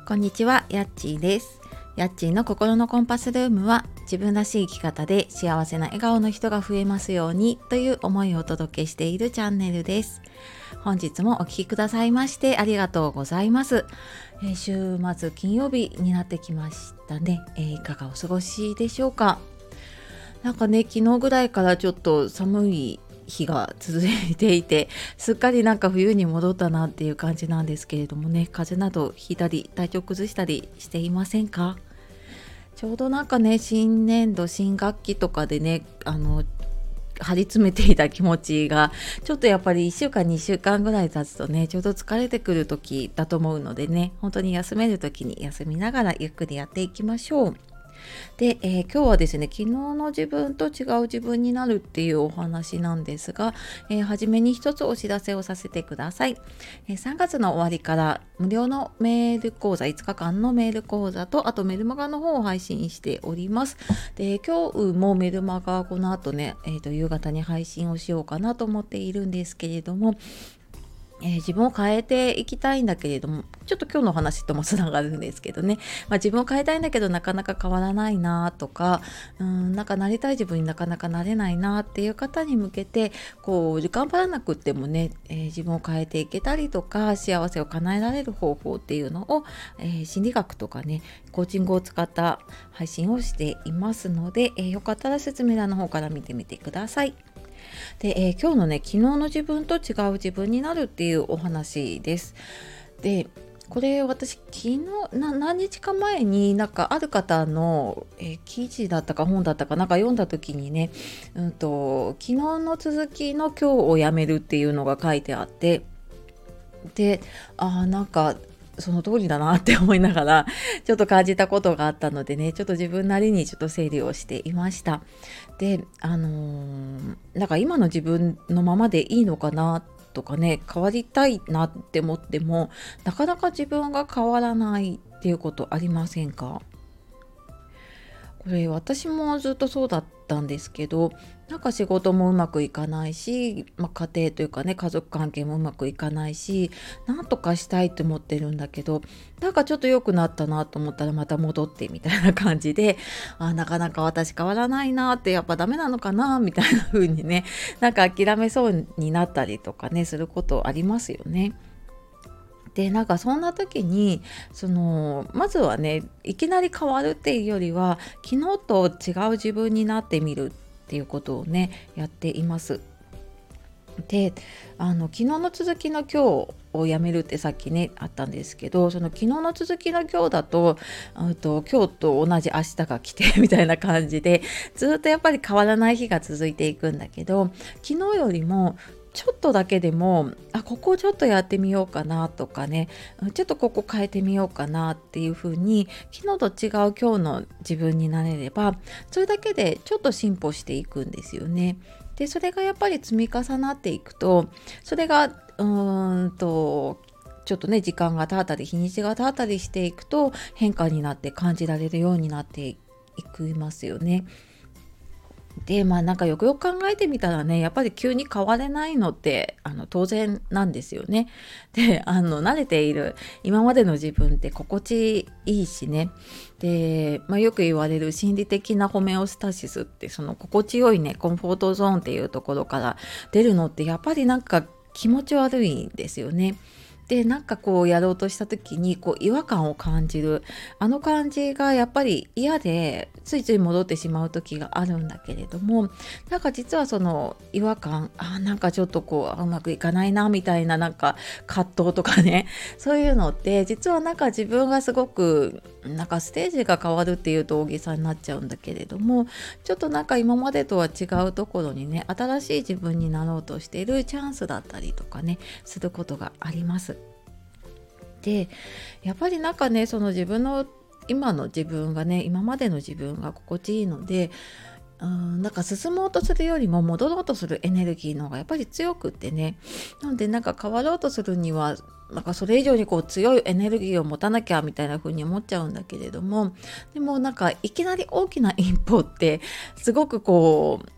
こんにちは、やっちーです。やっちーの心のコンパスルームは、自分らしい生き方で幸せな笑顔の人が増えますようにという思いをお届けしているチャンネルです。本日もお聞きくださいましてありがとうございます。週末金曜日になってきましたね。いかがお過ごしでしょうか。なんかね、昨日ぐらいからちょっと寒い日が続いていて、すっかりなんか冬に戻ったなっていう感じなんですけれどもね、風邪などひいたり体調崩したりしていませんか？ちょうどなんかね、新年度新学期とかでね、張り詰めていた気持ちがちょっとやっぱり1週間2週間ぐらい経つとね、ちょうど疲れてくる時だと思うのでね、本当に休める時に休みながらゆっくりやっていきましょう。で、今日はですね、昨日の自分と違う自分になるっていうお話なんですが、初めに一つお知らせをさせてください。3月の終わりから無料のメール講座、5日間のメール講座と、あとメルマガの方を配信しております。で、今日もメルマガこの後ね、夕方に配信をしようかなと思っているんですけれども、自分を変えていきたいんだけれども、ちょっと今日の話ともつながるんですけどね、自分を変えたいんだけどなかなか変わらないなとか、なんかなりたい自分になかなかなれないなっていう方に向けて、頑張らなくってもね、自分を変えていけたりとか幸せを叶えられる方法っていうのを、心理学とかね、コーチングを使った配信をしていますので、よかったら説明欄の方から見てみてください。で、今日のね、昨日の自分と違う自分になるっていうお話です。で、これ私昨日何日か前になんかある方の、記事だったか本だったかなんか読んだ時にね、昨日の続きの今日をやめるっていうのが書いてあって、で、なんかその通りだなって思いながらちょっと感じたことがあったのでね、ちょっと自分なりにちょっと整理をしていました。で、なんか今の自分のままでいいのかなとかね、変わりたいなって思ってもなかなか自分が変わらないっていうことありませんか？これ私もずっとそうだったんですけど、なんか仕事もうまくいかないし、家庭というかね、家族関係もうまくいかないし、なんとかしたいと思ってるんだけど、なんかちょっと良くなったなと思ったらまた戻ってみたいな感じで、なかなか私変わらないなって、やっぱダメなのかなみたいな風にね、なんか諦めそうになったりとかね、することありますよね。で、なんかそんな時にまずはね、いきなり変わるっていうよりは昨日と違う自分になってみるっていうことをねやっています。で、昨日の続きの今日をやめるってさっきねあったんですけど、その昨日の続きの今日だと今日と同じ明日が来てみたいな感じで、ずっとやっぱり変わらない日が続いていくんだけど、昨日よりもちょっとだけでもここをちょっとやってみようかなとかね、ちょっとここ変えてみようかなっていう風に昨日と違う今日の自分になれれば、それだけでちょっと進歩していくんですよね。で、それがやっぱり積み重なっていくと、それがちょっとね時間が経ったり日にちが経ったりしていくと変化になって感じられるようになっていきますよね。で、なんかよくよく考えてみたらね、やっぱり急に変われないのって当然なんですよね。で、慣れている今までの自分って心地いいしね。で、よく言われる心理的なホメオスタシスって、その心地よいねコンフォートゾーンっていうところから出るのってやっぱりなんか気持ち悪いんですよね。で、なんかやろうとした時に違和感を感じる、感じがやっぱり嫌でついつい戻ってしまう時があるんだけれども、なんか実はその違和感、なんかちょっとうまくいかないなみたいな、なんか葛藤とかね、そういうのって実はなんか自分がすごくなんかステージが変わるっていうと大げさになっちゃうんだけれども、ちょっとなんか今までとは違うところにね、新しい自分になろうとしているチャンスだったりとかね、することがあります。で、やっぱりなんかね、その自分の今の自分がね、今までの自分が心地いいので、なんか進もうとするよりも戻ろうとするエネルギーの方がやっぱり強くってね、なのでなんか変わろうとするにはなんかそれ以上に強いエネルギーを持たなきゃみたいな風に思っちゃうんだけれども、でもなんかいきなり大きな一歩ってすごく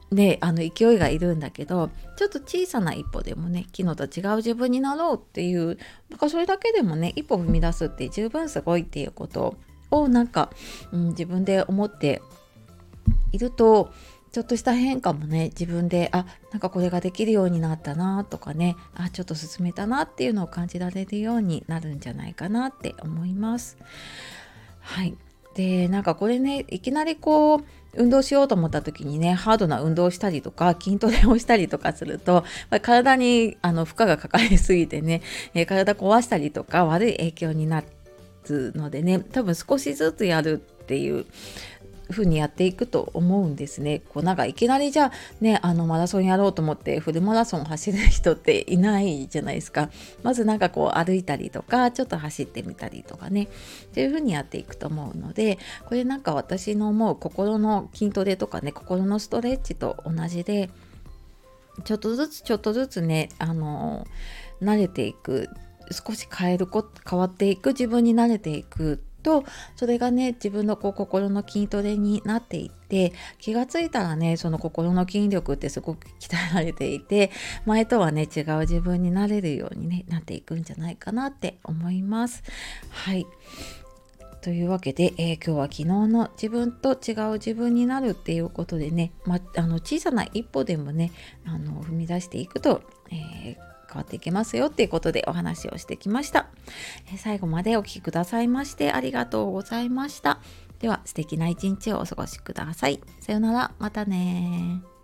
ね、勢いがいるんだけど、ちょっと小さな一歩でもね、昨日と違う自分になろうっていう、なんかそれだけでもね、一歩踏み出すって十分すごいっていうことをなんか、自分で思っていると、ちょっとした変化もね、自分でなんかこれができるようになったなとかね、ちょっと進めたなっていうのを感じられるようになるんじゃないかなって思います。はい。で、なんかこれね、いきなりこう運動しようと思った時にね、ハードな運動をしたりとか筋トレをしたりとかすると、体に負荷がかかりすぎてね、体壊したりとか悪い影響になるのでね、多分少しずつやるっていう風にやっていくと思うんですね。こうなんかいきなりじゃあね、マラソンやろうと思ってフルマラソン走る人っていないじゃないですか。まずなんかこう歩いたりとか、ちょっと走ってみたりとかね、っていう風にやっていくと思うので、これなんか私の思う心の筋トレとかね、心のストレッチと同じで、ちょっとずつね、慣れていく、少し変わっていく自分に慣れていくと、それがね、自分の心の筋トレになっていって、気がついたらね、その心の筋力ってすごく鍛えられていて、前とはね、違う自分になれるように、ね、なっていくんじゃないかなって思います。はい。というわけで、今日は昨日の自分と違う自分になるっていうことでね、小さな一歩でもね、踏み出していくと、変わっていけますよっていうことでお話をしてきました。最後までお聞きくださいましてありがとうございました。では素敵な一日をお過ごしください。さよなら、またね。